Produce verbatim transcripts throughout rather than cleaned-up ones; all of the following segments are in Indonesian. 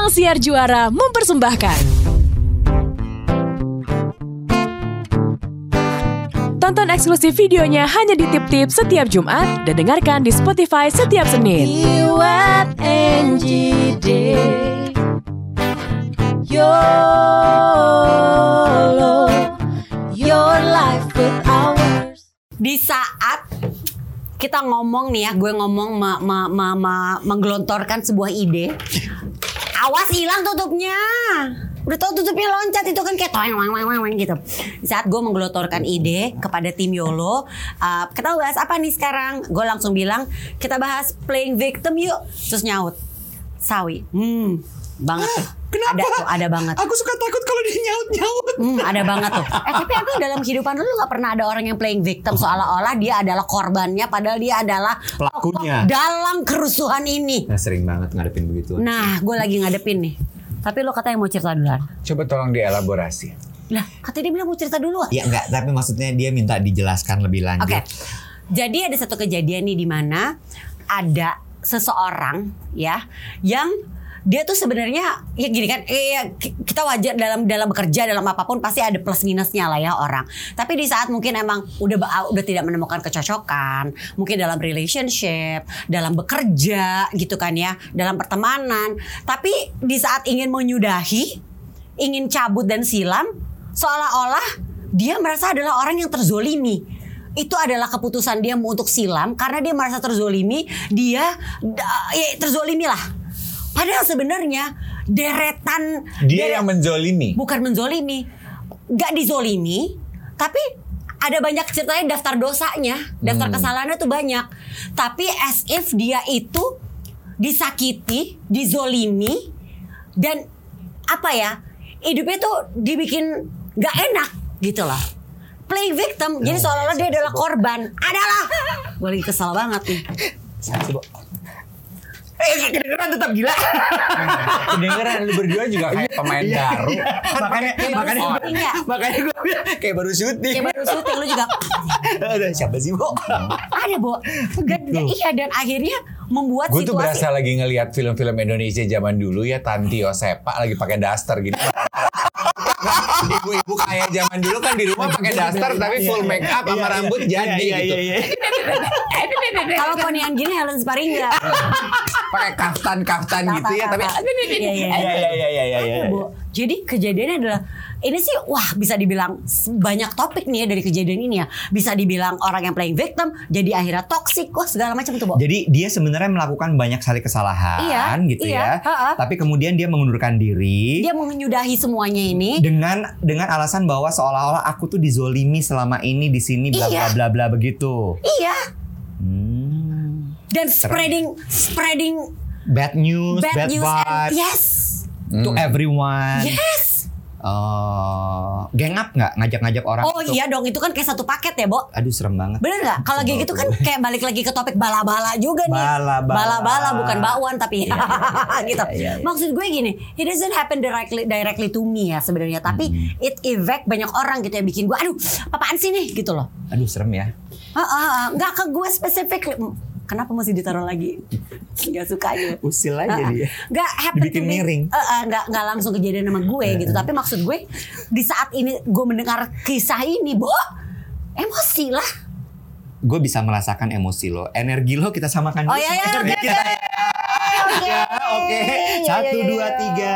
Indosiar Juara mempersembahkan. Tonton eksklusif videonya hanya di Tip Tip setiap Jumat dan dengarkan di Spotify setiap Senin. U F N G Day YOLO Your life with ours. Di saat kita ngomong nih ya, gue ngomong ma- ma- ma- ma- menggelontorkan sebuah ide, awas hilang tutupnya. Udah tau tutupnya loncat itu kan kayak toeng wang wang wang gitu. Di saat gue menggelontorkan ide kepada tim YOLO, uh, kita bahas apa nih sekarang? Gue langsung bilang kita bahas playing victim yuk. Terus nyaut, Sawi, hmm, banget tuh. Kenapa? Ada tuh, ada banget. Aku suka takut kalau dia nyaut-nyaut. Hmm, ada banget tuh. Eh tapi aku dalam kehidupan lu gak pernah ada orang yang playing victim seolah-olah dia adalah korbannya, padahal dia adalah Pelakunya. tokoh dalam kerusuhan ini. Nah, sering banget ngadepin begitu. Nah, gue lagi ngadepin nih. Tapi lo katanya mau cerita duluan. Coba tolong dielaborasi. Lah, katanya dia bilang mau cerita duluan. Ya enggak, tapi maksudnya dia minta dijelaskan lebih lanjut. Oke. Jadi ada satu kejadian nih di mana ada seseorang ya yang dia tuh sebenarnya ya gini kan, eh, kita wajar dalam dalam bekerja dalam apapun pasti ada plus minusnya lah ya orang. Tapi di saat mungkin emang udah udah tidak menemukan kecocokan, mungkin dalam relationship, dalam bekerja gitu kan ya, dalam pertemanan. Tapi di saat ingin menyudahi, ingin cabut dan silam, seolah-olah dia merasa adalah orang yang terzolimi. Itu adalah keputusan dia untuk silam karena dia merasa terzolimi, dia ya, terzolimi lah. Padahal sebenarnya deretan Dia deret, yang menzolimi. bukan menzolimi, gak dizolimi, tapi ada banyak ceritanya daftar dosanya, daftar hmm. kesalahannya tuh banyak. Tapi as if dia itu disakiti, dizolimi, dan apa ya, hidupnya tuh dibikin gak enak gitu loh. Playing victim, jadi seolah-olah dia adalah korban. Adalah, gue lagi kesal banget nih. Siapa sih, Bo? Eh, kedengeran tetap gila. Kedengeran lu berdua juga kayak pemain baru. Makanya Kayak baru makanya syuting ya? makanya gue bilang kayak baru syuting. Kayak baru syuting lu juga. Aduh, siapa sih, Bo? Ada, Bo. Dan, iya, dan akhirnya membuat Gue tuh situasi. berasa lagi ngelihat film-film Indonesia zaman dulu ya, Tanti Yosepa lagi pakai daster gitu. Ibu-ibu kayak zaman dulu kan di rumah pakai daster tapi full make up sama rambut jadi gitu. Kalau konian gini Helen Sparingga. Pakai kaftan-kaftan gitu ya, tapi Iya, iya, iya. Iya iya iya iya iya. Ada, Bu. Jadi kejadiannya adalah ini sih wah bisa dibilang banyak topik nih ya dari kejadian ini ya. Bisa dibilang orang yang playing victim jadi akhirnya toxic, wah segala macam tuh, Bu. Jadi dia sebenarnya melakukan banyak kali kesalahan Iya, gitu iya, ya. ha-ha. Tapi kemudian dia mengundurkan diri. Dia menyudahi semuanya ini. dengan dengan alasan bahwa seolah-olah aku tuh dizolimi selama ini di sini bla bla Iya. bla bla begitu. Iya. Hmm. Dan spreading spreading Bad news, bad, bad news vibes and yes. to everyone. Yes. Oh, gang up nggak ngajak-ngajak orang? Oh untuk- iya dong, itu kan kayak satu paket ya, Bo. Aduh serem banget. Bener gak? Kalau kayak gitu kan kayak balik lagi ke topik bala-bala juga nih. Bala-bala. Bala-bala bukan bakwan tapi Iya, gitu. iya, iya, iya. Maksud gue gini, it doesn't happen directly directly to me ya sebenarnya, tapi Hmm. it affect banyak orang gitu yang bikin gue aduh, apaan sih nih gitu loh. Aduh serem ya. Heeh, heeh, enggak ke gue spesifik. Kenapa masih ditaruh lagi? Gak suka aja. Usil aja dia. Gak happen Dibikin to me. miring. Uh, uh, gak, gak langsung kejadian sama gue gitu. Tapi maksud gue di saat ini gue mendengar kisah ini, Bo, emosi lah. Gue bisa merasakan emosi lo, energi lo kita samakan. Oh dulu iya, sama iya, energi oke, kita. Oke, Ya, oke. Satu, dua, tiga.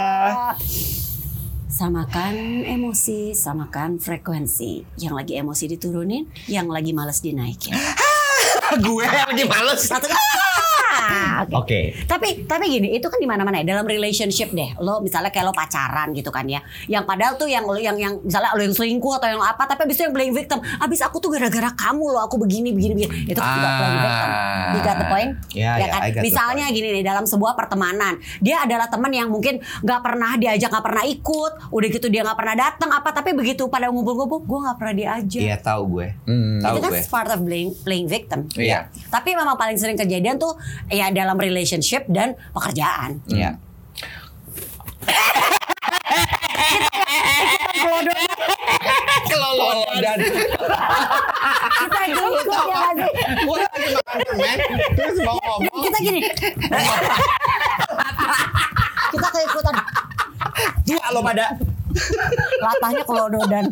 Samakan emosi, samakan frekuensi. Yang lagi emosi diturunin, yang lagi males dinaikin. Gue yang lagi males. Satu Ah, Oke. Okay. Tapi tapi gini, itu kan di mana-mana ya, dalam relationship deh. Lo misalnya kayak lo pacaran gitu kan ya. Yang padahal tuh yang lo yang yang misalnya lo yang selingkuh atau yang apa, tapi abis itu yang playing victim. Abis aku tuh gara-gara kamu lo aku begini begini begini. Itu kan juga playing victim. You got the point? Ya, ya, kan? I got the Misalnya gini nih, dalam sebuah pertemanan, dia adalah teman yang mungkin nggak pernah diajak, nggak pernah ikut, udah gitu dia nggak pernah datang apa, tapi begitu pada ngumpul-ngumpul, gue nggak pernah diajak. Iya tahu gue. Hmm. Tahu Itu kan gue. part of playing, playing victim. Iya. Tapi memang paling sering kejadian tuh ya dalam relationship dan pekerjaan. Iya. Kelolodan. Kita ikut ya lagi. Gue lagi makan permen, terus mau ngomong. Kita gini. Kita keikutan. lo pada. Latahnya kelolodan.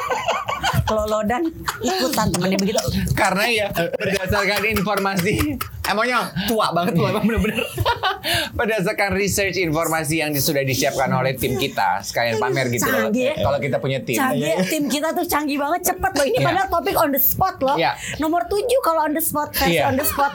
Kelolodan ikutan temennya begitu. Karena ya berdasarkan informasi, emangnya tua banget tuh emang bener-bener. Berdasarkan research informasi yang sudah disiapkan oleh tim kita, sekalian pamer gitu loh. Canggih. Kalau kita punya tim. Canggih, tim kita tuh canggih banget, cepet loh. Ini Iya. padahal topik on the spot loh. Iya. Nomor tujuh kalau on the spot, versi Iya. on the spot.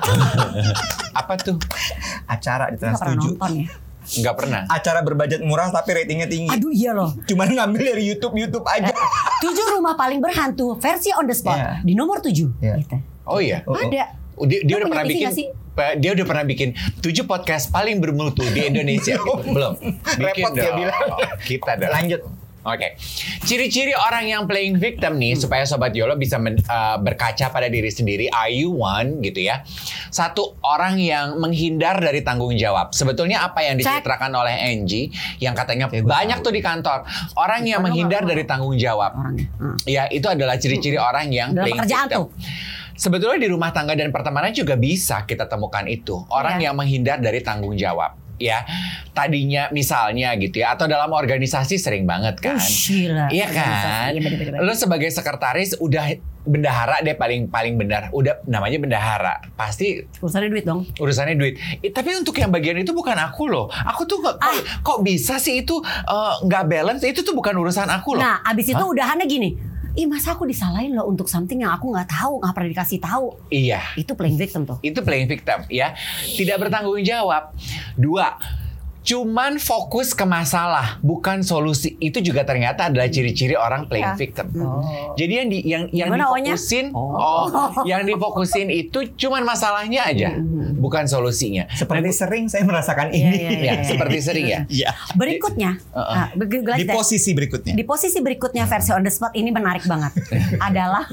Apa tuh? Acara di Nggak Trans pernah tujuh. nonton ya. Nggak pernah. Acara berbudget murah tapi ratingnya tinggi. Aduh iya loh. Cuman ngambil dari YouTube YouTube aja. Tujuh rumah paling berhantu versi on the spot Iya. di nomor tujuh. Iya. Gitu. Oh iya. Oh, oh. Ada. Dia, dia Lu udah punya pernah T V bikin nggak sih? pa- dia udah pernah bikin tujuh podcast paling bermutu di Indonesia gitu. Belum. Bikin Repot dia dong. bilang. Kita dah. Lanjut. Oke, ciri-ciri orang yang playing victim nih supaya Sobat YOLO bisa men- uh, berkaca pada diri sendiri. Are you one gitu ya? Satu, orang yang menghindar dari tanggung jawab. Sebetulnya apa yang dicitrakan oleh Angie yang katanya Kayak gue banyak tahu. tuh di kantor. Orang yang Padahal menghindar nggak dari tanggung jawab. Orangnya. Hmm. Ya, itu adalah ciri-ciri orang yang Dalam playing pekerjaan victim. tuh. Sebetulnya di rumah tangga dan pertemanan juga bisa kita temukan itu. Orang Iya. yang menghindar dari tanggung jawab. Ya, tadinya misalnya gitu ya, atau dalam organisasi sering banget kan. Uh, gila. Iya kan. Iya, bener-bener. Lo sebagai sekretaris udah bendahara deh paling paling benar. Udah namanya bendahara. Pasti Urusannya duit dong. urusannya duit. Eh, tapi untuk yang bagian itu bukan aku loh. Aku tuh kok, Ah. kok, kok bisa sih itu eh, nggak balance? Itu tuh bukan urusan aku loh. Nah, abis itu Hah? udahannya gini. Ih, masa aku disalahin loh untuk something yang aku nggak tahu, nggak pernah dikasih tahu. Iya. Itu playing victim tuh. Itu playing victim ya. Tidak bertanggung jawab. Dua, cuman fokus ke masalah bukan solusi. Itu juga ternyata adalah ciri-ciri orang playing Iya. victim. Oh. Jadi yang di, yang yang Gimana O-nya? difokusin Oh. oh, yang difokusin itu cuman masalahnya aja, bukan solusinya. Seperti sering saya merasakan Iya, ini. iya, Ya, iya. seperti sering ya. Iya. Berikutnya, Uh-uh. nah, beg- Di deh. posisi berikutnya. Di posisi berikutnya versi on the spot ini menarik banget. Adalah,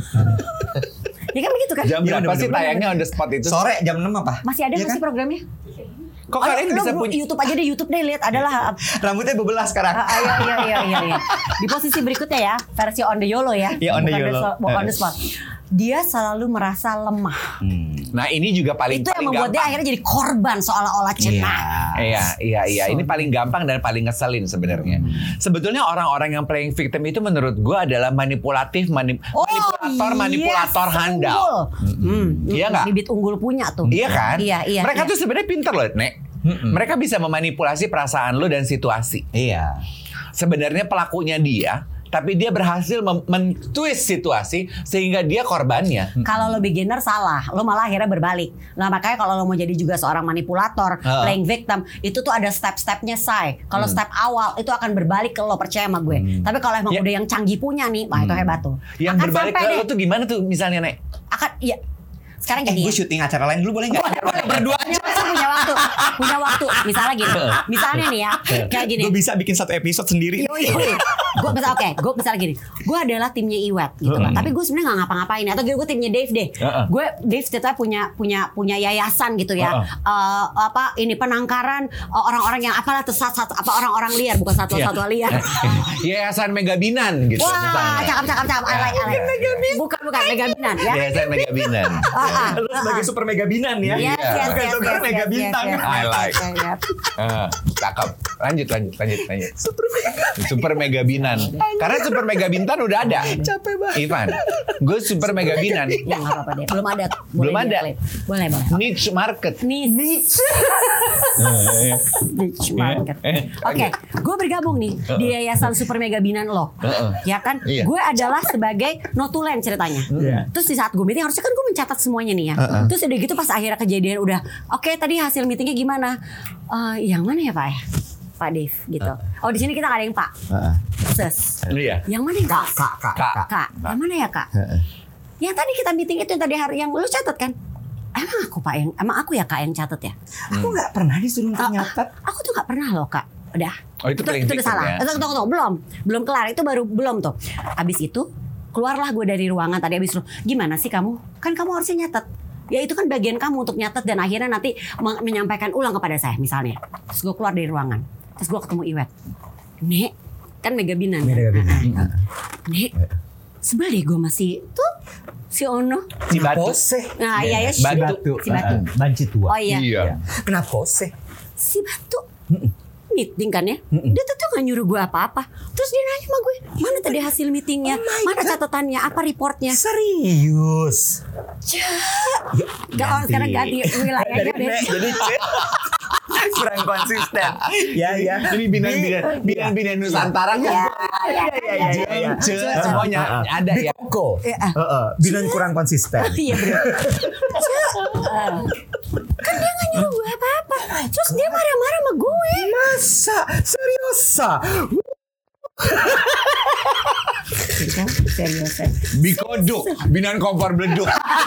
ya kan begitu kan? Jam Iya, berapa bener, sih bener, tayangnya on the spot itu? Sore jam enam apa? Masih ada Iya nggak kan? sih programnya? Kok Oh, kalian lu bisa bro, punya? YouTube aja deh, YouTube deh lihat adalah. Rambutnya bebelah sekarang. Ah, iya, iya, iya, iya, iya. Di posisi berikutnya ya, versi on the YOLO ya, Iya, on the bukan YOLO. so- bukan on the spot. Dia selalu merasa lemah. Nah, ini juga paling Itu yang paling membuat dia gampang. akhirnya jadi korban seolah-olah cenah. Iya, iya, iya. Ini paling gampang dan paling ngeselin sebenarnya. Sebetulnya orang-orang yang playing victim itu menurut gua adalah manipulatif, manip- Oh, manipulator, yes, manipulator handal. unggul. Hmm, Iya nggak? Bibit unggul punya tuh. Iya kan? Iya, iya. Mereka iya. tuh sebenarnya pinter loh, Nek. Mereka bisa memanipulasi perasaan lo dan situasi. Iya. Sebenarnya pelakunya dia, tapi dia berhasil mem- men-twist situasi sehingga dia korbannya. Kalau lo beginner salah, lo malah akhirnya berbalik. Nah makanya kalau lo mau jadi juga seorang manipulator, Uh. playing victim, itu tuh ada step-stepnya say. Kalau step awal itu akan berbalik ke lo, percaya sama gue. Tapi kalau emang Ya. udah yang canggih punya nih, wah itu hebat tuh. Yang Akan berbalik sampai ke deh, lo tuh gimana tuh misalnya, Nek? akan iya. Sekarang Eh, gini gue ya. syuting acara lain dulu boleh nggak? Berdua aja masih punya waktu, punya waktu. Misalnya gini, misalnya nih ya, kayak gini. Gue bisa bikin satu episode sendiri. Yoi, yoi. Gue misal oke, gue misalnya gini, gue adalah timnya Iwet gitu kan. Tapi gue sebenarnya nggak ngapa-ngapain. Atau gue timnya Dave deh. Uh-uh. Gue Dave ceritanya punya punya punya yayasan gitu ya. Uh-uh. Eh, apa ini penangkaran eh, orang-orang yang apalah sat sat apa orang-orang liar bukan satwa-satwa liar. Yayasan Megabinan gitu Wah, misalnya. cakep cakep cakep. I like, I like. Bukan bukan Megabinan ya. Yayasan Megabinan. Ah, ah. Lu sebagai super mega binan ya. Yes, yes, yes, yes, Super yes, mega yes, bintang. yes, yes, I like. yes, yes. Ah, cakep. Lanjut, lanjut, lanjut, lanjut. Super Mega Binan. Karena Super Mega Bintan udah ada. Capek banget. Ivan, gue Super Mega Binan. Ya nggak apa-apa deh. Belum ada. Belum Boleh ada. di-claim. Boleh boleh. Niche market. Niche. Niche market. Oke, gue bergabung nih di Yayasan Super Mega Binan lo. Uh-uh. Ya kan? Iya. Gue adalah sebagai notulen ceritanya. Iya. Terus di saat gue meeting harusnya kan gue mencatat semuanya nih ya. Terus udah gitu pas akhirnya kejadian udah, oke tadi hasil meetingnya gimana? Eh, yang mana ya Pak ya? Pak Dave gitu. Oh di sini kita nggak ada yang Pak. Ses. Iya. Yang mana yang Kak? Kak, kak, Kak. Kak. Yang mana ya Kak? Yang tadi kita meeting itu yang tadi hari yang lu catat kan? Emang aku Pak yang, emang aku ya Kak yang catat ya? Aku nggak pernah disuruh Ah, nyatet. Aku tuh nggak pernah loh Kak. Udah. Oh, itu playing udah victim salah. ya? Eh, Tunggu, tunggu, tunggu. Belum. Belum kelar. Itu baru belum tuh. Abis itu keluarlah gue dari ruangan tadi abis itu. Gimana sih kamu? Kan kamu harusnya nyatet. Ya itu kan bagian kamu untuk nyatet dan akhirnya nanti men- menyampaikan ulang kepada saya misalnya. Terus gue keluar dari ruangan. Terus gue ketemu Iwet. Nek, kan Mega Binan. Mega Binan. Nek, sebel deh gue masih tuh si Ono. Si Batu. sih? Nah iya ya. Batu. Si Batu. Banci tua. Oh iya. Iya. Kenapa sih? Si Batu. meeting kan ya. Mm-mm. Dia tuh tuh gak nyuruh gue apa-apa. Terus dia nanya sama gue, mana tadi hasil meetingnya, oh mana catatannya, apa reportnya. Serius? Cek. Ya, gak oh, sekarang ganti wilayahnya. Jadi kurang konsisten. Ya ya. Jadi binan-binan binan-binan Nusantara kan. Ya ya ya. Semuanya ada ya. Koko. Binan kurang konsisten. Iya benar. Kan dia gak nyuruh gue apa-apa. Terus dia marah-marah sama gue. Masa? Seriusa? Serius. Bikoduk, binan kompor beleduk.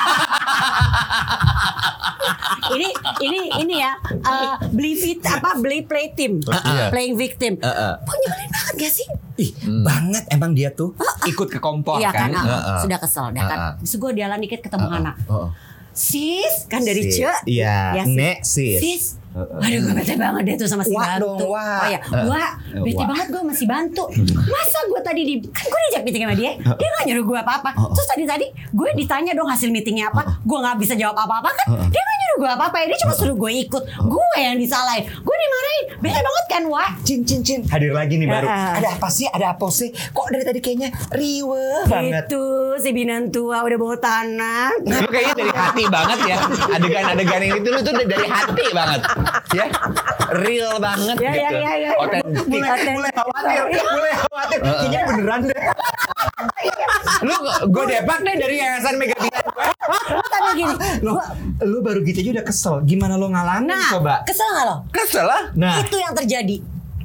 ini ini ini ya uh, beli fit apa beli play team, uh-uh. playing victim. Uh-uh. Oh, nyebelin banget gak sih? Ih, hmm. banget emang dia tuh uh-uh. ikut ke kompor iya, kan. kan? Uh-uh. Uh-uh. Sudah kesel, dah kan. Uh-uh. Terus gue jalan dikit ketemu uh-uh. Hana. Uh-uh. Sis, kan dari sis. Ce. Iya, ya, sis. Nek sis. Sis. Uh-uh. Aduh gue bete banget deh tuh sama si wah Bantu. Dong, wah. Oh ya, wah, bete wah. banget gue masih Bantu. Masa gue tadi di kan gue diajak meeting sama dia, dia nggak nyuruh gue apa-apa. Uh-uh. Terus tadi tadi gue ditanya dong hasil meetingnya apa, uh-uh. gue nggak bisa jawab apa-apa kan? Uh-uh. Dia nggak nyuruh gue apa-apa, dia cuma suruh gue ikut. Uh-uh. Gue yang disalahin, gue dimarahin, bete banget kan wah. Cin cin cin, hadir lagi nih baru. Uh-uh. Ada apa sih? Ada apa sih? Kok dari tadi kayaknya riweh banget. Itu si Binan tua udah bawa tanah. Lu kayaknya dari hati banget ya. Adegan-adegan ini tuh lu tuh dari hati banget. Ya. Real banget ya, gitu. Ya, ya, ya. Otentik. Mulai, mulai khawatir, mulai khawatir. Uh, Kayaknya beneran deh. Lu gue depak deh dari Yayasan Mega Bintang. Tapi gini, lu, lu baru gitu aja udah kesel. Gimana lo ngalamin nah, coba? Kesel gak lo? Kesel lah. Nah, itu yang terjadi.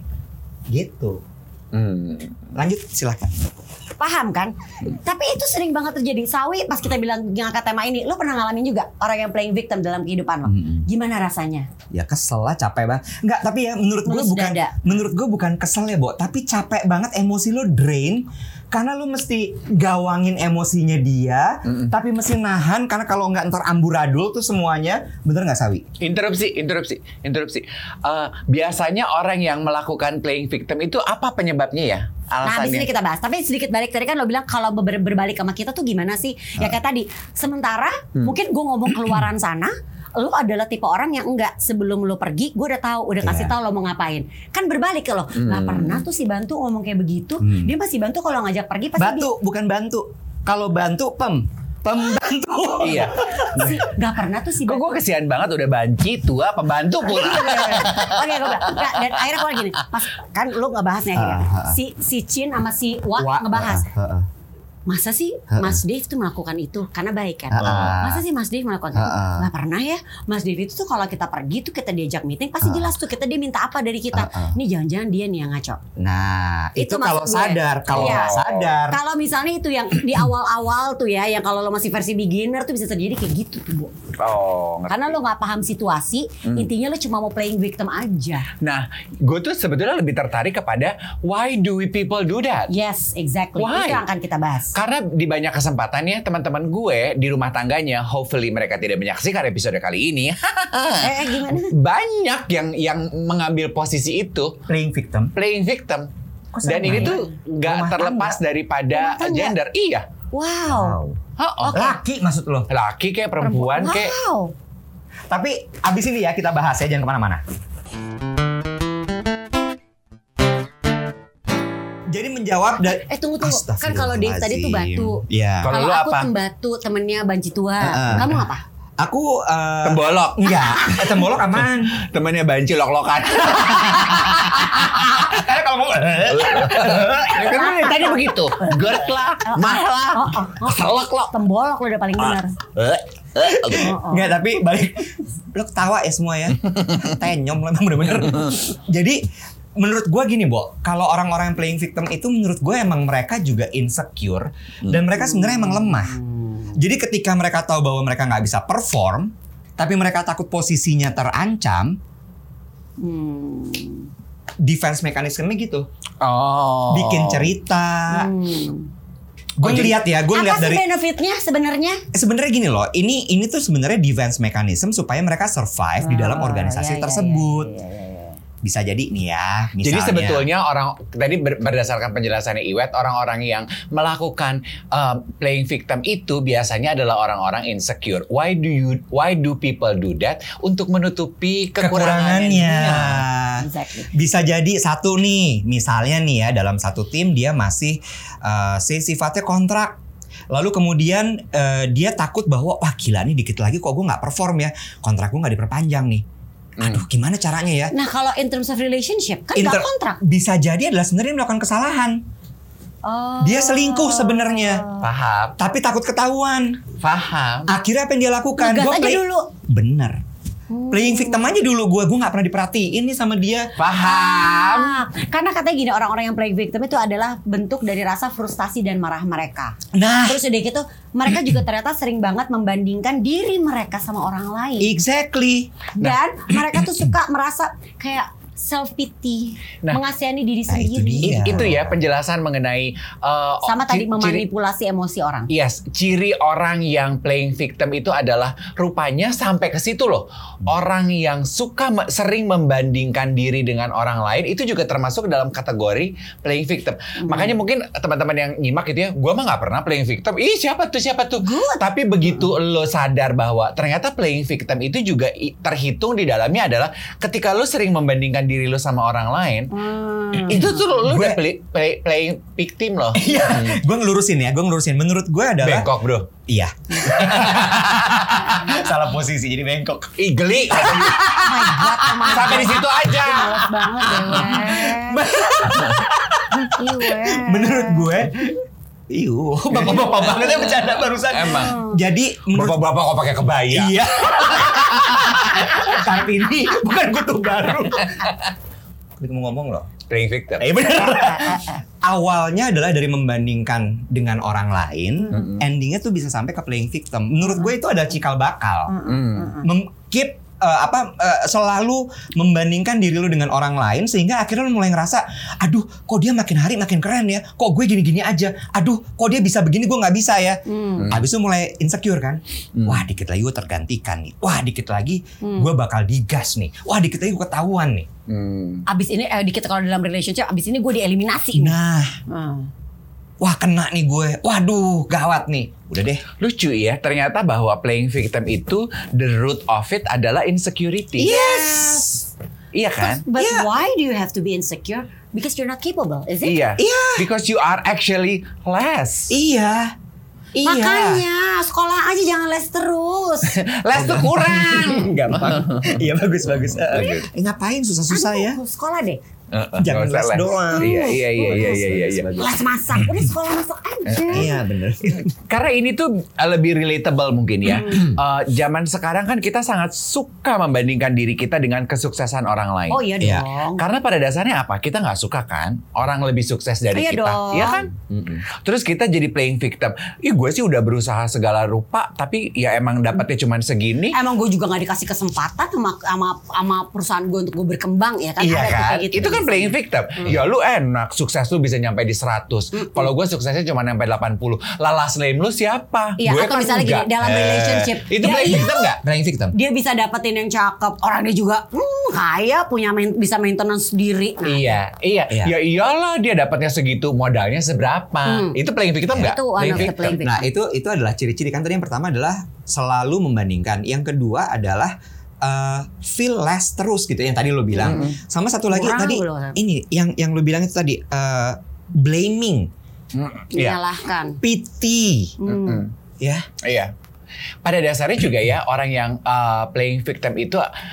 Gitu. Hmm. Lanjut silakan. Paham kan? Tapi itu sering banget terjadi. Sawi pas kita bilang ngangkat tema ini, lo pernah ngalamin juga orang yang playing victim dalam kehidupan lo? Mm-hmm. Gimana rasanya? Ya kesel lah, capek banget. Enggak, tapi ya menurut gue bukan dada. menurut gue bukan kesel ya, Bo, tapi capek banget, emosi lo drain karena lo mesti gawangin emosinya dia, mm-hmm. tapi mesti nahan karena kalau nggak ntar amburadul tuh semuanya. Bener nggak Sawi? Interupsi, interupsi, interupsi. Uh, biasanya orang yang melakukan playing victim itu apa penyebabnya ya? Alasannya. Nah, abis ini kita bahas. Tapi sedikit balik tadi kan lo bilang kalau ber- berbalik sama kita tuh gimana sih? Hmm. Ya kayak tadi. Sementara hmm. mungkin gue ngomong keluaran sana, lo adalah tipe orang yang enggak sebelum lo pergi, gue udah tahu, udah kasih yeah. tahu lo mau ngapain. Kan berbalik ke lo. Hmm. Gak pernah tuh si Bantu ngomong kayak begitu. Hmm. Dia masih Bantu kalau ngajak pergi pasti. Bantu, di... bukan bantu. Kalau bantu pem. Pembantu. Iya. Si, gak pernah tuh si Bantu. Kok gue kesian banget udah banci tua pembantu pula. Oke, gue bilang. Nah, dan akhirnya gue gini. Pas kan lu ngebahasnya uh, uh, uh. si si Chin sama si Wa, Wa ngebahas. Uh, uh, uh. Masa sih Mas Dave tuh melakukan itu karena baik kan? Uh-uh. Masa sih Mas Dave melakukan itu? Uh-uh. Gak pernah ya. Mas Dave itu tuh kalau kita pergi tuh kita diajak meeting pasti uh-uh. jelas tuh kita dia minta apa dari kita. Uh-uh. Ini jangan-jangan dia nih yang ngaco. Nah itu, itu kalau sadar, kalau iya. sadar. Kalau misalnya itu yang di awal-awal tuh ya, yang kalau lo masih versi beginner tuh bisa terjadi kayak gitu tuh, Bu. Oh, ngerti. Karena lo nggak paham situasi, hmm. intinya lo cuma mau playing victim aja. Nah, gue tuh sebetulnya lebih tertarik kepada why do we people do that? Yes, exactly. Why? Itu yang akan kita bahas. Karena di banyak kesempatan ya teman-teman gue di rumah tangganya, hopefully mereka tidak menyaksikan episode kali ini. eh, gimana? Banyak yang yang mengambil posisi itu playing victim. Playing victim. Dan ini tuh nggak terlepas tangga. daripada gender. Iya. Wow. wow. Oh, okay. Laki maksud lo? Laki kayak perempuan, perempuan. kayak. Wow. Tapi abis ini ya kita bahas ya, jangan kemana-mana. Jadi menjawab dari eh tunggu tunggu kan kalau Dave tadi tuh Batu. Iya. Kalau lu aku apa? Batu temennya Banci tua. Uh-uh. Kamu apa? Aku uh, tembolok. Enggak. Eh, tembolok aman. Temennya Banci lok-lokan. Karena kalau mau karena tadi begitu. Gerd lah, mah lah, selek lo. Tembolok lo udah paling benar. Enggak, tapi balik. Lo ketawa ya semua ya. Tenyom lah bener-bener. Jadi menurut gue gini, Bo, kalau orang-orang yang playing victim itu menurut gue emang mereka juga insecure dan mereka sebenarnya emang lemah. Jadi ketika mereka tahu bahwa mereka nggak bisa perform, tapi mereka takut posisinya terancam, hmm. defense mekanismenya gitu. Oh. Bikin cerita. Hmm. Gue ngeliat ya, gue ngeliat dari. Apa sih benefitnya sebenarnya? Sebenarnya gini loh, ini ini tuh sebenarnya defense mechanism supaya mereka survive oh, di dalam organisasi iya, iya, tersebut. Iya, iya, iya. bisa jadi nih ya, misalnya. Jadi sebetulnya orang tadi ber, berdasarkan penjelasannya Iwet, orang-orang yang melakukan uh, playing victim itu biasanya adalah orang-orang insecure. Why do you why do people do that? Untuk menutupi kekurangannya. Exactly. Bisa jadi satu nih, misalnya nih ya dalam satu tim dia masih uh, sifatnya kontrak. Lalu kemudian uh, dia takut bahwa wah gila nih dikit lagi kok gue nggak perform ya, kontrak gue nggak diperpanjang nih. Aduh gimana caranya ya? Nah kalau in terms of relationship kan Inter- gak kontrak. Bisa jadi adalah sebenarnya melakukan kesalahan. Oh. Dia selingkuh sebenarnya. Paham? Tapi takut ketahuan. Paham. Akhirnya apa yang dia lakukan? Ngegas Gua aja play- dulu. Bener. Playing victim aja dulu gue, gue nggak pernah diperhatiin nih sama dia. Paham. Ah, karena katanya gini, orang-orang yang playing victim itu adalah bentuk dari rasa frustasi dan marah mereka. Nah, Terus udah gitu, mereka juga ternyata sering banget membandingkan diri mereka sama orang lain. exactly. Dan mereka tuh suka merasa kayak self pity, Nah, mengasihani diri nah itu sendiri. dia. Itu ya penjelasan mengenai uh, Sama tadi ci- ciri- memanipulasi emosi orang. Yes, ciri orang yang playing victim itu adalah rupanya sampai ke situ loh. Orang yang suka me- sering membandingkan diri dengan orang lain itu juga termasuk dalam kategori playing victim. Hmm. Makanya mungkin teman-teman yang nyimak gitu ya, gua mah nggak pernah playing victim. Ih siapa tuh siapa tuh. Tapi begitu lo sadar bahwa ternyata playing victim itu juga i- terhitung di dalamnya adalah ketika lo sering membandingkan diri lo sama orang lain, Hmm. itu tuh lo Gue- udah play, play- playing victim loh. Iya, gue ngelurusin ya, gue ngelurusin. Menurut gue adalah Bengkok bro. Iya. Salah posisi jadi bengkok. Ih geli. Oh my God, oh my Sampai God. di situ aja. Males banget deh, Wes. Ih, Wes. Menurut gue, iu, bapak-bapak banget ya bercanda barusan. Emang. Jadi menurut Bapak-bapak kok pakai kebaya? Iya. Tapi ini bukan kutub baru. Gue mau ngomong loh. Playing victim. Eh bener. Awalnya adalah dari membandingkan dengan orang lain, endingnya tuh bisa sampai ke playing victim. Menurut gue itu adalah cikal bakal. Hmm. Mem- keep uh, apa uh, selalu membandingkan diri lu dengan orang lain sehingga akhirnya lu mulai ngerasa, aduh kok dia makin hari makin keren ya, kok gue gini-gini aja, aduh kok dia bisa begini gue nggak bisa ya. Hmm. Habis itu mulai insecure kan, Hmm. wah dikit lagi gue tergantikan nih, wah dikit lagi gue bakal digas nih, wah dikit lagi gue ketahuan nih. Hmm. Abis ini eh, dikit kalau dalam relationship, abis ini gue dieliminasi. Nah, Hmm. wah kena nih gue, waduh gawat nih, udah deh. Lucu ya, ternyata bahwa playing victim itu the root of it adalah insecurity. Yes. Iya kan? But Yeah. why do you have to be insecure? Because you're not capable, is it? Iya. Iya. Because you are actually less. Iya, iya. Makanya sekolah aja jangan les terus. Less tuh kurang. Gampang. Iya bagus bagus. Eh, ngapain susah-susah ya? Aduh, sekolah deh. Jangan Nggak usah les doang. Iya iya iya iya iya iya. iya. Les masak, udah sekolah masak aja. Iya bener. Karena ini tuh lebih relatable mungkin ya. Eh, zaman sekarang kan kita sangat suka membandingkan diri kita dengan kesuksesan orang lain. Oh iya Iya. dong. Karena pada dasarnya apa? Kita nggak suka kan orang lebih sukses dari Iya kita, dong. iya kan? Terus kita jadi playing victim. Ih gue sih udah berusaha segala rupa, tapi ya emang dapatnya cuma segini. Emang gue juga gak dikasih kesempatan sama sama, sama perusahaan gue untuk gue berkembang ya kan? Iya Ada tuh kan? kayak gitu Itu kan biasanya. playing victim. Ya lu enak, sukses lu bisa nyampe di seratus. Kalau gue suksesnya cuma nyampe delapan puluh. Lah last name lu siapa? Iya, Gue atau misalnya gini, enggak. dalam Eh, relationship. Itu Ya playing iya. victim nggak? Playing victim. Dia bisa dapetin yang cakep, orang dia juga hmm, kaya, punya main, bisa maintenance sendiri. Nah, Iya, iya, Iya. ya iyalah dia dapatnya segitu, modalnya seberapa? Hmm. Itu playing victim nggak? Itu one of the playing victim. Nah itu itu adalah ciri-ciri kan tadi yang pertama adalah selalu membandingkan. Yang kedua adalah uh, feel less terus gitu yang tadi lo bilang. Sama satu lagi Kurang tadi lo. ini yang yang lo bilang itu tadi uh, blaming, Hmm, Iya. Menyalahkan. pity, Hmm. ya. Iya. Pada dasarnya juga ya orang yang uh, playing victim itu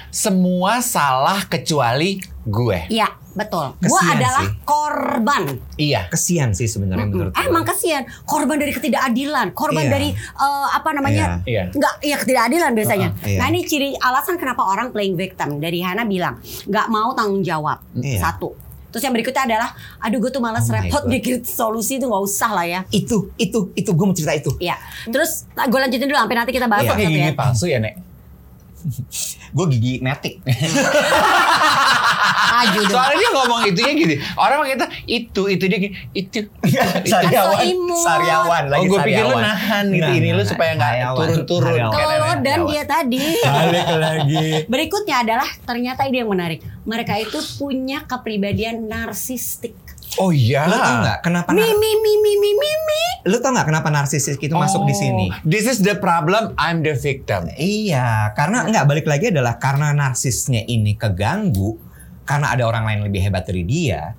semua salah kecuali gue. Iya, betul. Gue Kesian adalah sih. korban. Iya. Kesian sih sebenarnya menurut gue. Emang kesian, korban dari ketidakadilan, korban Iya. dari eh, apa namanya? Iya. Nggak, iya ketidakadilan biasanya. Uh-uh, iya. Nah ini ciri alasan kenapa orang playing victim. Dari Hana bilang nggak mau tanggung jawab. Iya. Satu. Terus yang berikutnya adalah, aduh gue tuh malas Oh my repot God. bikin solusi tuh nggak usah lah ya. Itu itu itu gue mau cerita itu. Iya. Terus gue lanjutin dulu sampai nanti kita bahas Iya. satu-satu Pakai ya. gigi palsu ya, Nek? Gue gigi metik. Maju dong. Soalnya dia ngomong itunya gini. Orang kita itu itu dia gini, itu. Sariawan, imut. sariawan Oh, lagi gue pikir lu sariawan. nahan gitu Nggak, ini lu nggak, supaya nggak sariawan. turun-turun. Sariawan. Kayak Tolo dan sariawan. dia tadi. Balik lagi. Berikutnya adalah ternyata ini yang menarik. Mereka itu punya kepribadian narsistik. Oh iya. Lu tau nggak kenapa? Mi nar- mi mi mi mi mi mi. Lu tau nggak kenapa narsistik itu masuk di sini? Oh, this is the problem, I'm the victim. Iya, karena nggak balik lagi adalah karena narsisnya ini keganggu karena ada orang lain lebih hebat dari dia.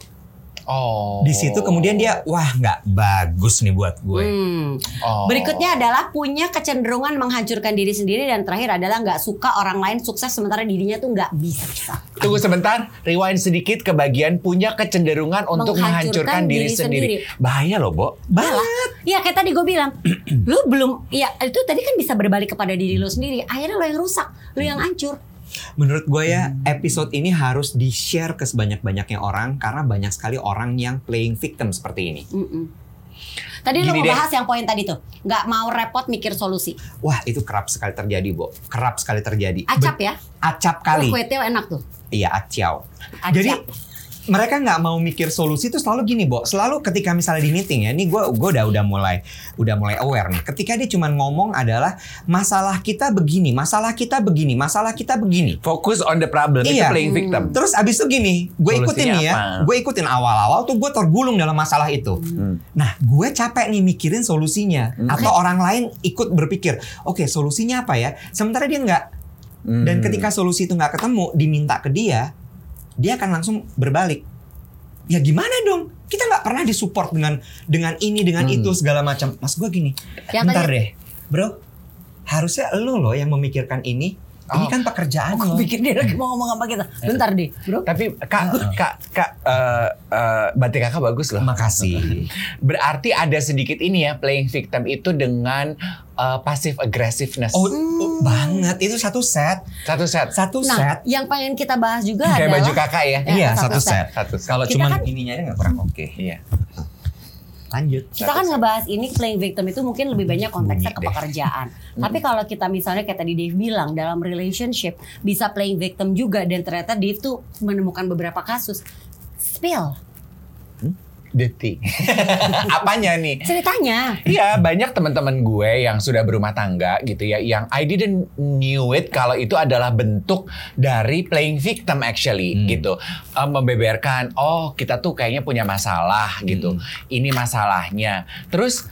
Oh. Di situ kemudian dia wah nggak bagus nih buat gue. Hmm. Oh. Berikutnya adalah punya kecenderungan menghancurkan diri sendiri dan terakhir adalah nggak suka orang lain sukses sementara dirinya tuh nggak bisa. Tunggu sebentar, rewind sedikit ke bagian punya kecenderungan untuk Menghancurkan menghancurkan diri, diri sendiri. sendiri. Bahaya loh, Bo. Banget. Iya kayak tadi gue bilang, lu belum, ya itu tadi kan bisa berbalik kepada diri lo sendiri. Akhirnya lo yang rusak, lo yang hancur. Menurut gue ya episode ini harus di-share ke sebanyak-banyaknya orang karena banyak sekali orang yang playing victim seperti ini. Mm-mm. Tadi lo Gini mau deh. bahas yang poin tadi tuh, nggak mau repot mikir solusi. Wah itu kerap sekali terjadi, Bo. Kerap sekali terjadi. Acap Be- ya? Acap kali. Oh, kue teo enak tuh. Iya, acau. Acap. Jadi mereka nggak mau mikir solusi itu selalu gini, Bo. Selalu ketika misalnya di meeting ya, ini gue gue udah udah mulai udah mulai aware nih. Ketika dia cuma ngomong adalah masalah kita begini, masalah kita begini, masalah kita begini. Fokus on the problem, itu Iya. playing victim. Terus abis itu gini, gue ikutin Solusinya nih ya, apa? gue ikutin awal-awal tuh gue tergulung dalam masalah itu. Hmm. Nah, gue capek nih mikirin solusinya, atau orang lain ikut berpikir, oke solusinya apa ya? Sementara dia nggak. Dan Hmm. ketika solusi itu nggak ketemu, diminta ke dia, dia akan langsung berbalik. Ya gimana dong? Kita nggak pernah disupport dengan dengan ini, dengan Hmm. itu segala macam. Mas gue gini, Ya, bentar tanya- deh, bro. Harusnya lo loh yang memikirkan ini. Ini Oh. kan pekerjaan Aku lo. pikir dia lagi mau ngomong apa kita. Bentar deh, bro. Tapi kak, kak, kak, eh eh, batik kakak bagus loh. Makasih. Berarti ada sedikit ini ya, playing victim itu dengan eh, passive aggressiveness. Oh, oh, banget. Itu satu set. Satu set. Satu Nah, set. yang pengen kita bahas juga Kayak adalah baju kakak ya. Ya, Iya, satu satu set. set. Satu set. Kalau Kita cuman kan- ininya aja nggak kurang oke. Iya. Lanjut. kita kan ngebahas ini playing victim itu mungkin lebih banyak konteksnya ke Bunyi deh. pekerjaan. Tapi kalau kita misalnya kayak tadi Dave bilang dalam relationship bisa playing victim juga dan ternyata Dave tuh menemukan beberapa kasus. Spill Detik. Apanya nih? ceritanya. Iya, banyak teman-teman gue yang sudah berumah tangga gitu ya, yang I didn't knew it kalau itu adalah bentuk dari playing victim actually Hmm. gitu. Um, membeberkan, oh kita tuh kayaknya punya masalah gitu. Hmm. Ini masalahnya. Terus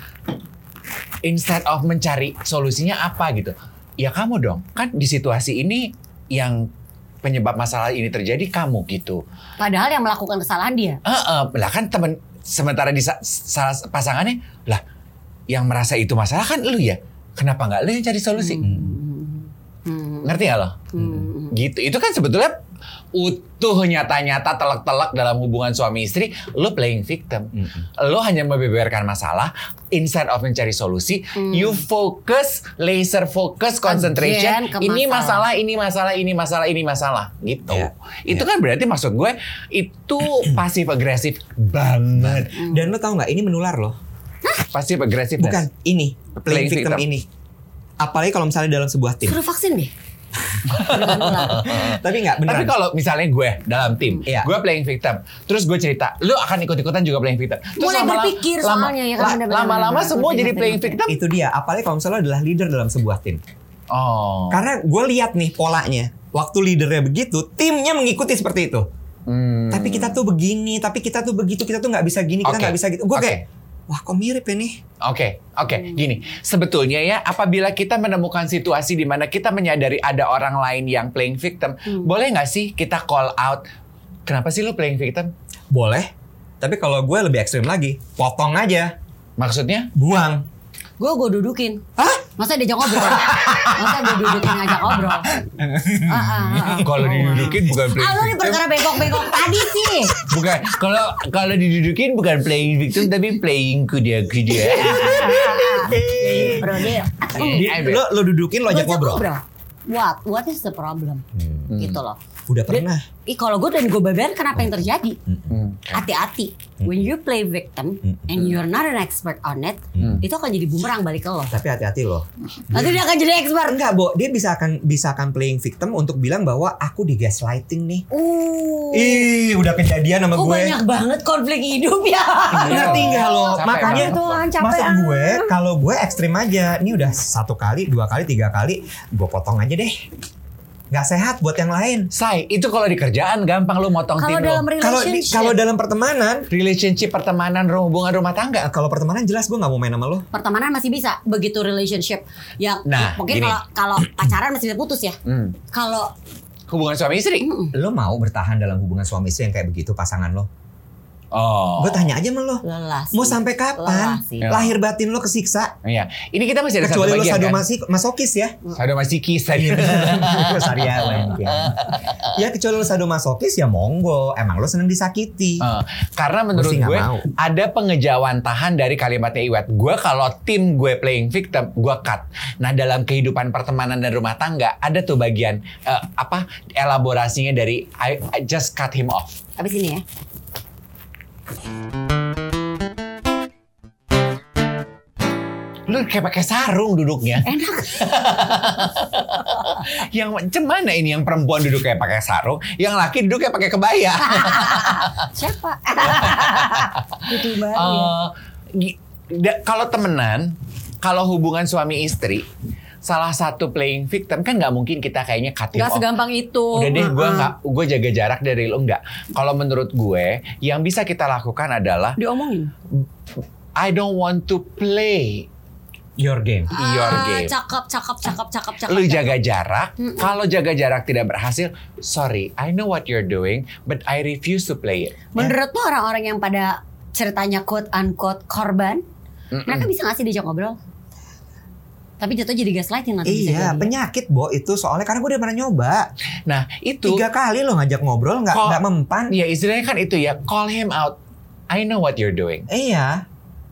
instead of mencari solusinya apa gitu. Ya kamu dong, kan di situasi ini yang penyebab masalah ini terjadi kamu gitu. Padahal yang melakukan kesalahan dia. Eh, eh, lah kan temen sementara di sa- salah pasangannya lah yang merasa itu masalah kan lu ya. Kenapa nggak lu yang cari solusi? Hmm. Ngerti nggak lo? Hmm. Gitu. Itu kan sebetulnya utuh nyata-nyata telak-telak dalam hubungan suami istri. Lu playing victim. Lu hanya membeberkan masalah instead of mencari solusi. You focus, laser focus, concentration. Again ke Ini masalah. masalah, ini masalah, ini masalah, ini masalah. Gitu. Iya. Itu kan berarti maksud gue itu pasif agresif banget. Dan lo tau nggak ini menular loh. Pasif agresif. Bukan ini playing Playing victim, victim. ini. Apalagi kalau misalnya dalam sebuah tim. Suruh vaksin deh. Beneran ular. Tapi nggak beneran. Tapi kalau misalnya gue dalam tim, Iya. gue playing victim, terus gue cerita, lu akan ikut-ikutan juga playing victim. Terus Mulai lama-lama- berpikir lama- soalnya, ya kan, la- bener-bener, Lama-lama bener-bener. semua Ngerti, jadi ngerti, playing ngerti. victim. itu dia. Apalagi kalau misalnya lo adalah leader dalam sebuah tim. Oh. Karena gue lihat nih polanya. Waktu leadernya begitu, timnya mengikuti seperti itu. Hmm. Tapi kita tuh begini, tapi kita tuh begitu, kita tuh nggak bisa gini, kita Oke. nggak bisa gitu. Gue Oke. kayak, wah kok mirip ya nih. Oke, oke, gini. Sebetulnya ya, apabila kita menemukan situasi di mana kita menyadari ada orang lain yang playing victim, boleh nggak sih kita call out, kenapa sih lu playing victim? Boleh. Tapi kalau gue lebih ekstrim lagi, potong aja, Maksudnya? buang. Gue gue dudukin. Hah? Masa diajak ngobrol? Masa gue dudukin ngajak ngobrol? Ah, ah, ah. Kalau didudukin bukan playing Ah, lu nih victim. perkara bengkok-bengkok tadi sih. Bukan, kalau kalau didudukin bukan playing victim tapi playing kuda-kuda. Bro, dia. Di- lo, lo dudukin, lo ajak Gua ngobrol. What? What is the problem? Gitu loh. Udah pernah. Ih kalau gue dan gue beber kenapa yang terjadi? Hmm. hati-hati. When you play victim and you're not an expert on it, Hmm. itu akan jadi bumerang balik ke lo. Tapi hati-hati loh. Nanti dia akan jadi expert. Enggak, Bo. Dia bisa akan bisa akan playing victim untuk bilang bahwa aku di gaslighting nih. Uh. Ih, udah kejadian sama Oh, gue. banyak banget konflik hidup ya. Ngerti nggak lo? Capek Makanya banget. Tuhan, capek maksud ah. gue kalau gue ekstrim aja. Ini udah satu kali, dua kali, tiga kali, gue potong aja deh. Gak sehat buat yang lain. Say, itu kalau di kerjaan gampang lu motong Kalau tim dalam lu. Kalau di- relationship, kalau dalam pertemanan, Relationship, pertemanan, hubungan rumah tangga. kalau pertemanan jelas gue nggak mau main sama lo. pertemanan masih bisa. Begitu relationship yang Nah, mungkin gini. kalau kalau pacaran masih bisa putus ya. Hmm. Kalau Hubungan suami istri. Lo mau bertahan dalam hubungan suami istri yang kayak begitu pasangan lo? Oh. Gue tanya aja sama lo. lelah sih. Mau sampai kapan? Lelah sih. Lahir batin lo kesiksa. Iya. Ini kita masih ada Kecuali satu lo bagian kan. sadomasokis ya. Sadomasokis tadi. Sorry ya, Wen. Ya kecuali lo sadomasokis ya monggo. Emang lo seneng disakiti. Eh, karena menurut Gua sih nggak gue mau. ada pengejauhantahan dari kalimatnya Iwet. Gue kalau tim gue playing victim, gue cut. Nah dalam kehidupan pertemanan dan rumah tangga ada tuh bagian eh, apa elaborasinya dari I, I just cut him off. Habis ini ya. Lu kayak pakai sarung duduknya. Enak. Yang macam mana ini yang perempuan duduk kayak pakai sarung, yang laki duduk kayak pakai kebaya. Siapa? Itu baru. ya. Eh, gi- da- kalau temenan, kalau hubungan suami istri, salah satu playing victim kan nggak mungkin kita kayaknya cut him Gak off. segampang itu. Udah deh, gue Mm-mm. nggak, gue jaga jarak dari lo nggak. Kalau menurut gue, yang bisa kita lakukan adalah Diomongin. I don't want to play Your game. your Ah, game. Cakep, cakep, cakep, cakep, cakep. Lu cakep. jaga jarak. Kalau jaga jarak tidak berhasil, sorry, I know what you're doing, but I refuse to play it. Menurut lo orang-orang yang pada ceritanya quote unquote korban, mereka bisa nggak sih diajak ngobrol? Tapi jatuh jadi gaslighting nanti bisa Iya, jadi. penyakit Bo itu soalnya karena gue udah pernah nyoba. Nah itu, Tiga kali lo ngajak ngobrol nggak Kok- nggak mempan. ya istilahnya kan itu ya, call him out. I know what you're doing, Iya.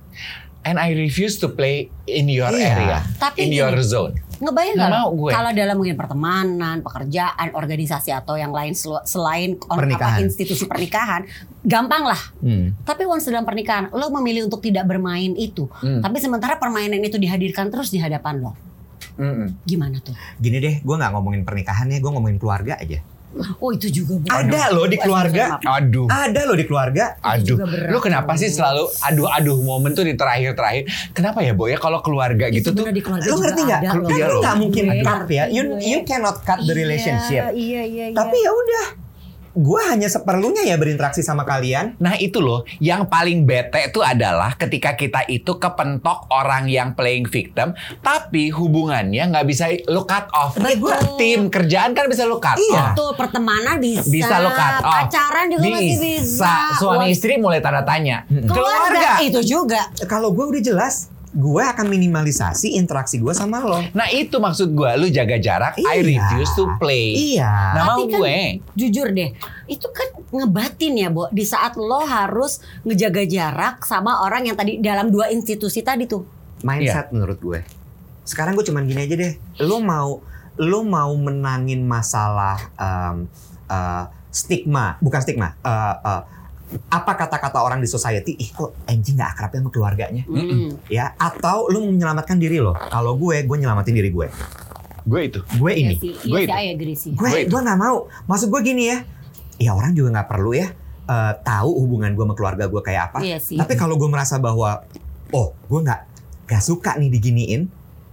and I refuse to play in your Iya. area, Tapi in gini, your zone. Ngebayang Nggak nggak mau lo? gue. Kalau dalam mungkin pertemanan, pekerjaan, organisasi atau yang lain selu- selain on- Pernikahan. apa, institusi pernikahan, gampang lah. Hmm. Tapi once dalam pernikahan, lo memilih untuk tidak bermain itu. Hmm. Tapi sementara permainan itu dihadirkan terus di hadapan lo. Mm-mm. Gimana tuh? Gini deh, gue nggak ngomongin pernikahan ya, gue ngomongin keluarga aja. Oh itu juga Bu. Ada loh di keluarga. Aduh. Ada loh di keluarga. Aduh, juga berat. lu kenapa sih selalu aduh-aduh momen tuh di terakhir-terakhir? Kenapa ya, Boy? Ya kalau keluarga Itu gitu tuh, bener di keluarga Lo juga ngerti nggak? ada Kan loh. Iya lu loh. nggak mungkin Iya, cut ya. You iya. you cannot cut the Iya, relationship. Iya, iya, iya. Tapi ya udah, gue hanya seperlunya ya berinteraksi sama kalian. nah itu loh, yang paling bete itu adalah ketika kita itu kepentok orang yang playing victim, tapi hubungannya nggak bisa lu cut off. Betul. Tim kerjaan kan bisa lu cut Iya. off. Betul, pertemanan bisa. Bisa lu cut off. Pacaran juga masih bisa. Suami Wah, istri mulai tanda tanya. keluarga itu juga. Kalau gue udah jelas, gue akan minimalisasi interaksi gue sama lo. Nah itu maksud gue, lu jaga jarak. I Iya. refuse to play. Iya. Nah mau Tapi kan, gue. jujur deh, itu kan ngebatin ya, Bo. Di saat lo harus ngejaga jarak sama orang yang tadi dalam dua institusi tadi tuh. Mindset menurut gue. Sekarang gue cuman gini aja deh. Lo mau lo mau menangin masalah um, uh, stigma, bukan stigma. Uh, uh, apa kata-kata orang di society? Ih kok anjing nggak akrab ya sama keluarganya? Hmm. Ya, atau lo mau menyelamatkan diri lo. Kalau gue, gue nyelamatin diri gue. Gue itu. Gue ini. Iya sih, Gue iya sih, itu. I agree sih. Gue Gue itu. gue nggak mau. Maksud gue gini ya. Ya orang juga nggak perlu ya uh, tahu hubungan gue sama keluarga gue kayak apa. Iya sih. Tapi kalau gue merasa bahwa oh gue nggak nggak suka nih diginiin,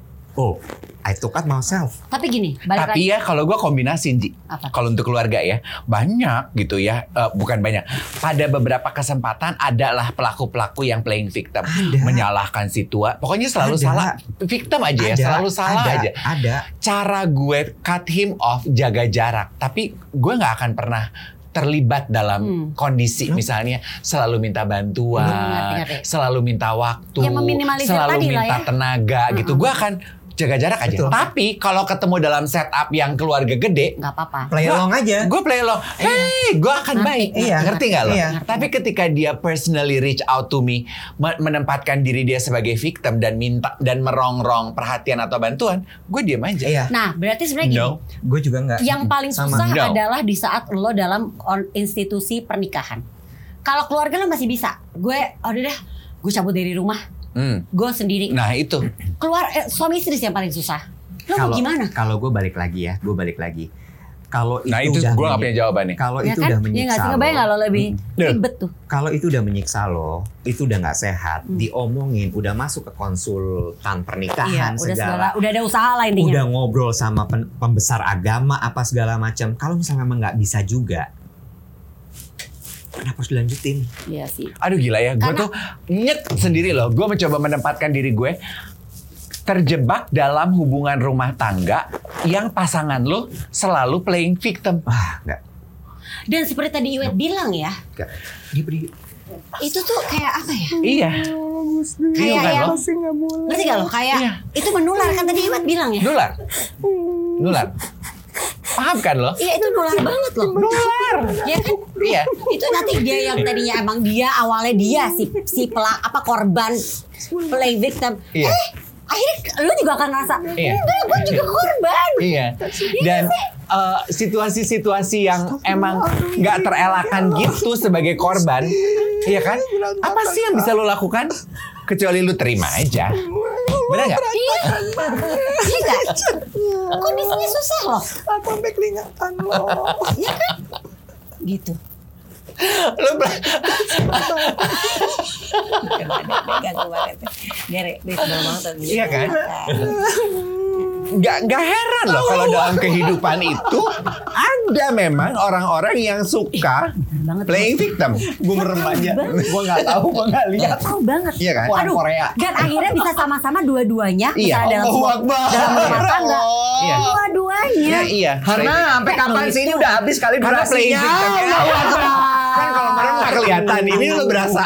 oh I took out myself. Tapi gini, balik Tapi lagi. ya kalau gue kombinasin Ji. Apa? Kalau untuk keluarga ya banyak gitu ya. Eh, bukan banyak. Pada beberapa kesempatan adalah pelaku-pelaku yang playing victim. Ada. Menyalahkan si tua. Pokoknya selalu Ada. salah. Victim aja ya. Ada, Selalu salah ada, aja. Ada. Cara gue cut him off, jaga jarak. Tapi gue gak akan pernah terlibat dalam Hmm. kondisi Hmm. misalnya selalu minta bantuan, Ngerti, ngerti. selalu minta waktu, Ya, meminimalisir selalu tadi lah minta ya. tenaga gitu. Gue akan jaga jarak aja. Betul. Tapi kalau ketemu dalam setup yang keluarga gede, Nggak apa-apa. Play Gua- along aja. gue play along, hey, gue akan Ngerti, baik. iya, Ngerti nggak lo? iya. Tapi ketika dia personally reach out to me, me- menempatkan diri dia sebagai victim dan minta dan merongrong perhatian atau bantuan, gue diam aja. Iya. Nah, berarti sebenarnya gini. No. Gue juga nggak. Yang paling Sama. susah No. adalah di saat lo dalam on- institusi pernikahan. Kalau keluarga lo masih bisa. Gue, oh udah dah, gue cabut dari rumah. Hmm. Gue sendiri. Nah itu. Keluar eh, suami istri sih yang paling susah. Lo mau gimana? Kalau gue balik lagi ya, gue balik lagi. Kalau itu Nah itu udah gue gak punya jawaban nih. Kalau Ya itu kan? udah Ya menyiksa nggak sih, ngebayang nggak lo lebih ribet tuh. Kalau itu udah menyiksa lo, itu udah nggak sehat, Hmm. diomongin, udah masuk ke konsultan pernikahan Iya, udah segala, segala, udah ada usaha lah intinya. udah ngobrol sama pen- pembesar agama apa segala macam. Kalau misalnya memang nggak bisa juga, kenapa harus dilanjutin? Iya sih. Aduh gila ya, gue Karena- tuh nyet sendiri loh. Gue mencoba menempatkan diri gue terjebak dalam hubungan rumah tangga yang pasangan lo selalu playing victim. Ah, nggak, Dan seperti tadi Iwet bilang ya, nggak. Dia beri, itu tuh kayak apa ya? Iya. Kayak kan yang lo? ngerti gak lo? Kayak Iya. itu menular kan tadi Iwet bilang ya. Nular. Nular. Paham kan lo? Iya itu nular banget loh. Nular. Ya kan? Iya. Itu nanti dia yang tadinya emang dia awalnya dia si si pelak apa korban play victim. Iya. Eh akhirnya lu juga akan ngerasa Iya. enggak gue juga korban. Iya. Dan eh, situasi-situasi yang emang nggak terelakkan gitu sebagai korban, iya kan? Apa sih yang bisa lo lakukan? Kecuali lu terima aja. Benar nggak? Iya. Iya enggak? Kondisinya susah loh. aku sampai kelingatan lo. Iya kan? Gitu. Lu ber- Iya kan? Nggak nggak heran loh kalau dalam kehidupan itu ada memang orang-orang yang suka playing victim. Gue merem aja, gue nggak tahu, gue nggak lihat. Tahu banget. Iya kan? Orang Aduh, Korea. dan akhirnya bisa sama-sama dua-duanya, Iya. misalnya dalam Allahu sebuah- Akbar. dalam rumah tangga, Iya. dua-duanya. Ya, iya. Karena sampai kapan sih ini udah habis kali Karena playing durasinya. victim ya. Allahu Akbar. Kan kalau merem nggak kelihatan, ini lu berasa.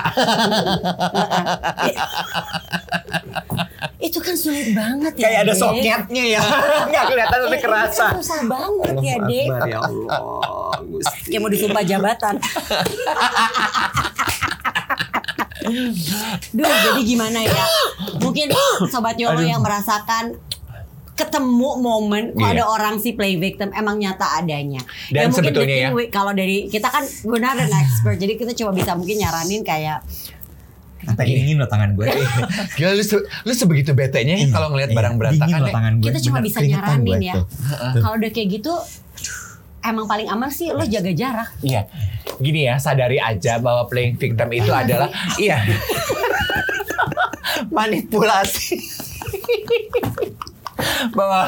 Itu kan sulit banget ya. Kayak ada Dek. soketnya ya, nggak kelihatan tapi Eh, kerasa. itu susah banget ya, Dek. Akbar, ya Allah, Gusti. Kayak mau disumpah jabatan. Duh, jadi gimana ya? Mungkin Sobat Yolo yang merasakan ketemu momen kok Iya. ada orang sih play victim emang nyata adanya. Dan mungkin sebetulnya the thing ya. we- kalau dari kita kan we're not an expert, jadi kita cuma bisa mungkin nyaranin kayak Sampai dingin loh tangan gue. Gila lu, se- lu sebegitu betenya ya kalau ngelihat Iya, barang dingin berantakan loh ya. tangan gue. kita cuma Bener, bisa keringetan nyaranin gue ya. tuh. Kalau udah kayak gitu emang paling aman sih lo jaga jarak. Iya, gini ya, sadari aja bahwa playing victim itu adalah iya manipulasi. Bahwa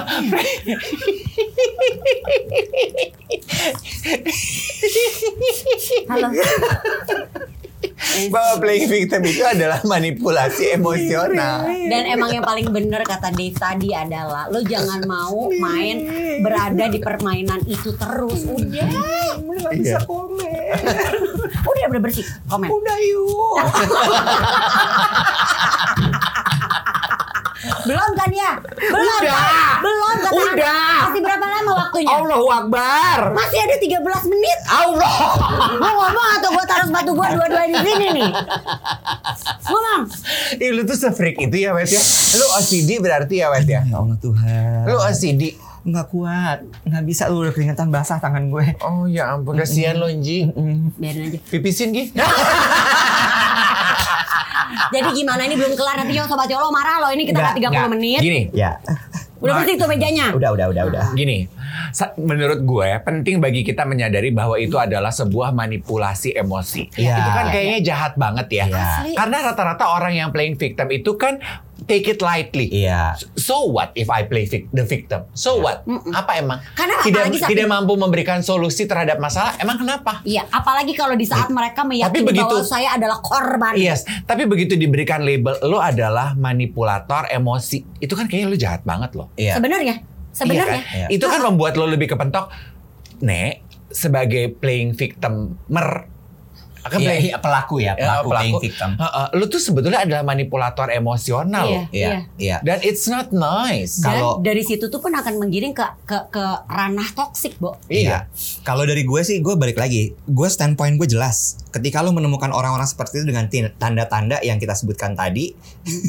Halo. bahwa playing victim itu adalah manipulasi emosional. Dan emang yang paling bener kata Dave tadi adalah lo jangan mau main berada di permainan itu terus. Udah, Nggak bisa komen. udah udah bersih. Komen. Udah yuk. Belum kan ya? Belum. Udah. Kan? Belum kata Udah. Anda. Masih berapa lama waktunya? Allahu Akbar. Masih ada tiga belas menit. Allah. Mau ngomong atau gua taruh sepatu gua dua-duanya di sini nih? Ngomong. Ih, lu tuh se-freak itu ya, Wet ya. Lu O C D berarti ya, Wet ya. Ya Allah Tuhan. Lu O C D. Nggak kuat, nggak bisa, lu udah keringetan basah tangan gue. Oh ya ampun, kasihan lo Ji. Biarin aja. Pipisin Gi. Jadi gimana ini belum kelar, nanti yo Sobat Yolo marah loh. Ini kita Nggak, udah tiga puluh menit. Gini, Ya, Udah bersih tuh mejanya. udah, udah, udah, udah. gini. Sa- Menurut gue penting bagi kita menyadari bahwa itu adalah sebuah manipulasi emosi. Iya. Itu kan kayaknya jahat banget ya. Iya. Asli. Karena rata-rata orang yang playing victim itu kan take it lightly. Iya. So what if I play vic- the victim? So what? Apa emang? Karena tidak apalagi saat tidak ini- mampu memberikan solusi terhadap masalah. Emang kenapa? Iya, apalagi kalau di saat mereka meyakini begitu- bahwa saya adalah korban. Yes, tapi begitu diberikan label lo adalah manipulator emosi, itu kan kayaknya lo jahat banget loh. Iya. Sebenarnya, sebenarnya. Iya kan? Iya. Itu kan membuat lo lebih kepentok. Nek, sebagai playing victimer, akan Iya, playing iya, pelaku ya, ya, pelaku, playing victim. Heeh, lo tuh sebetulnya adalah manipulator emosional Iya, loh. iya. Iya, iya. Dan it's not nice. Dan Kalau- dari situ tuh pun akan menggiring ke ke ke ranah toksik, Bo. Iya. Kalau dari gue sih, gue balik lagi. Gue standpoint gue jelas. Ketika lo menemukan orang-orang seperti itu dengan tin- tanda-tanda yang kita sebutkan tadi,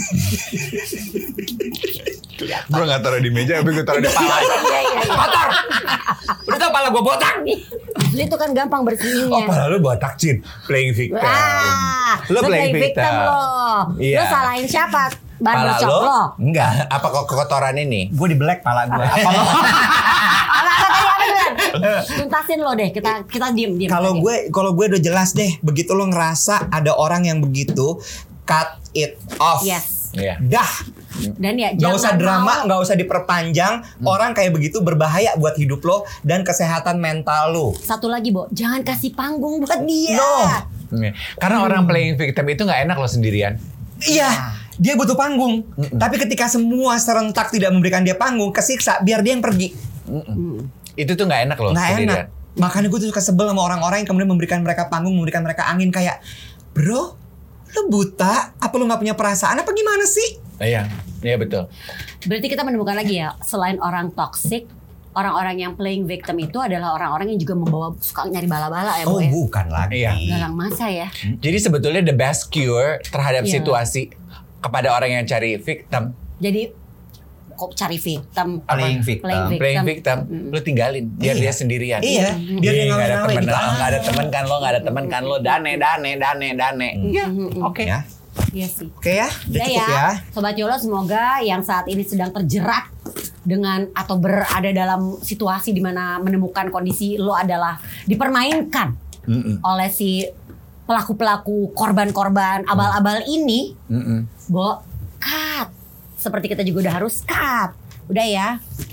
Gue gak taruh di meja, tapi gue taruh di pala. Kotor! Udah tau pala gue botak? Itu kan gampang Oh, bersihinnya. pala lu botak, Cin. playing victim. Ah, Lo playing victim. lo. Iya. Lo salahin siapa? Ban Pala bocok lo? lo. Enggak. Apa kok kekotoran ini? Gue di black pala gue. Apa lo? Apa apa tadi apa bilang? Tuntasin lo deh. Kita kita diem diem. Kalau gue kalau gue udah jelas deh, begitu lo ngerasa ada orang yang begitu, cut it off. Yes. Iya. Dah. Dan ya Gak jangan usah drama, mau- gak usah diperpanjang. Orang kayak begitu berbahaya buat hidup lo dan kesehatan mental lo. Satu lagi, Bo, jangan kasih panggung buat dia. No. Iya. Karena orang playing victim itu nggak enak lo sendirian. Iya, dia butuh panggung. Tapi ketika semua serentak tidak memberikan dia panggung, kesiksa, biar dia yang pergi. Itu tuh nggak enak lo Nggak enak. sendirian. Makanya gue tuh suka sebel sama orang-orang yang kemudian memberikan mereka panggung, memberikan mereka angin kayak, bro, lo buta? Apa lo nggak punya perasaan? Apa gimana sih? Iya, iya betul. Berarti kita menemukan lagi ya, selain orang toxic, orang-orang yang playing victim itu adalah orang-orang yang juga membawa suka nyari bala-bala ya, Bo Oh, ya. bukan lagi. Iya. Galang masa ya. Jadi sebetulnya the best cure terhadap Iya. situasi kepada orang yang cari victim, Jadi kok cari victim, Playing victim. Playing playing victim. victim, lu tinggalin biar Iya. dia sendirian. Iya, biar dia Iya, nggak ada ngawe-ngawe temen, gitu. lo nggak ada temen kan lo, nggak ada temen kan lo, dane, dane, dane, dane. Iya, oke. Ya. Iya sih. Oke ya, udah Ya cukup ya, ya. Sobat Yolo, semoga yang saat ini sedang terjerat dengan atau berada dalam situasi di mana menemukan kondisi lo adalah dipermainkan Mm-mm. oleh si pelaku-pelaku korban-korban abal-abal ini, Mm-mm. Bo, cut. Seperti kita juga udah harus cut. Udah ya.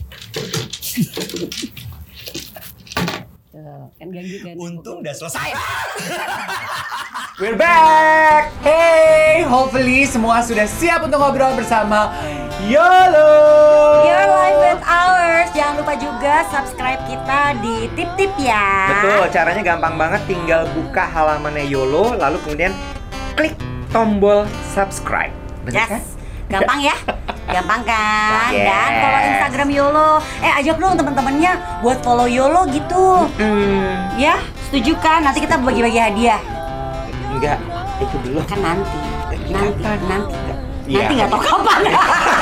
Tuh, kan ganggu kan. Untung udah selesai. We're back. Hey, hopefully semua sudah siap untuk ngobrol bersama YOLO. Your life with ours. Jangan lupa juga subscribe kita di Tip-Tip ya. Betul, caranya gampang banget, tinggal buka halamannya YOLO, lalu kemudian klik tombol subscribe. Bener kan? Yes. Gampang ya? Gampang kan? Yes. Dan follow Instagram YOLO. Eh ajak dong teman-temannya buat follow YOLO gitu. Hmm, Ya, setuju kan? Nanti kita bagi-bagi hadiah. enggak, itu belum. Kan nanti. Nanti, Kapan? nanti. Iya. Nanti nggak tahu kapan.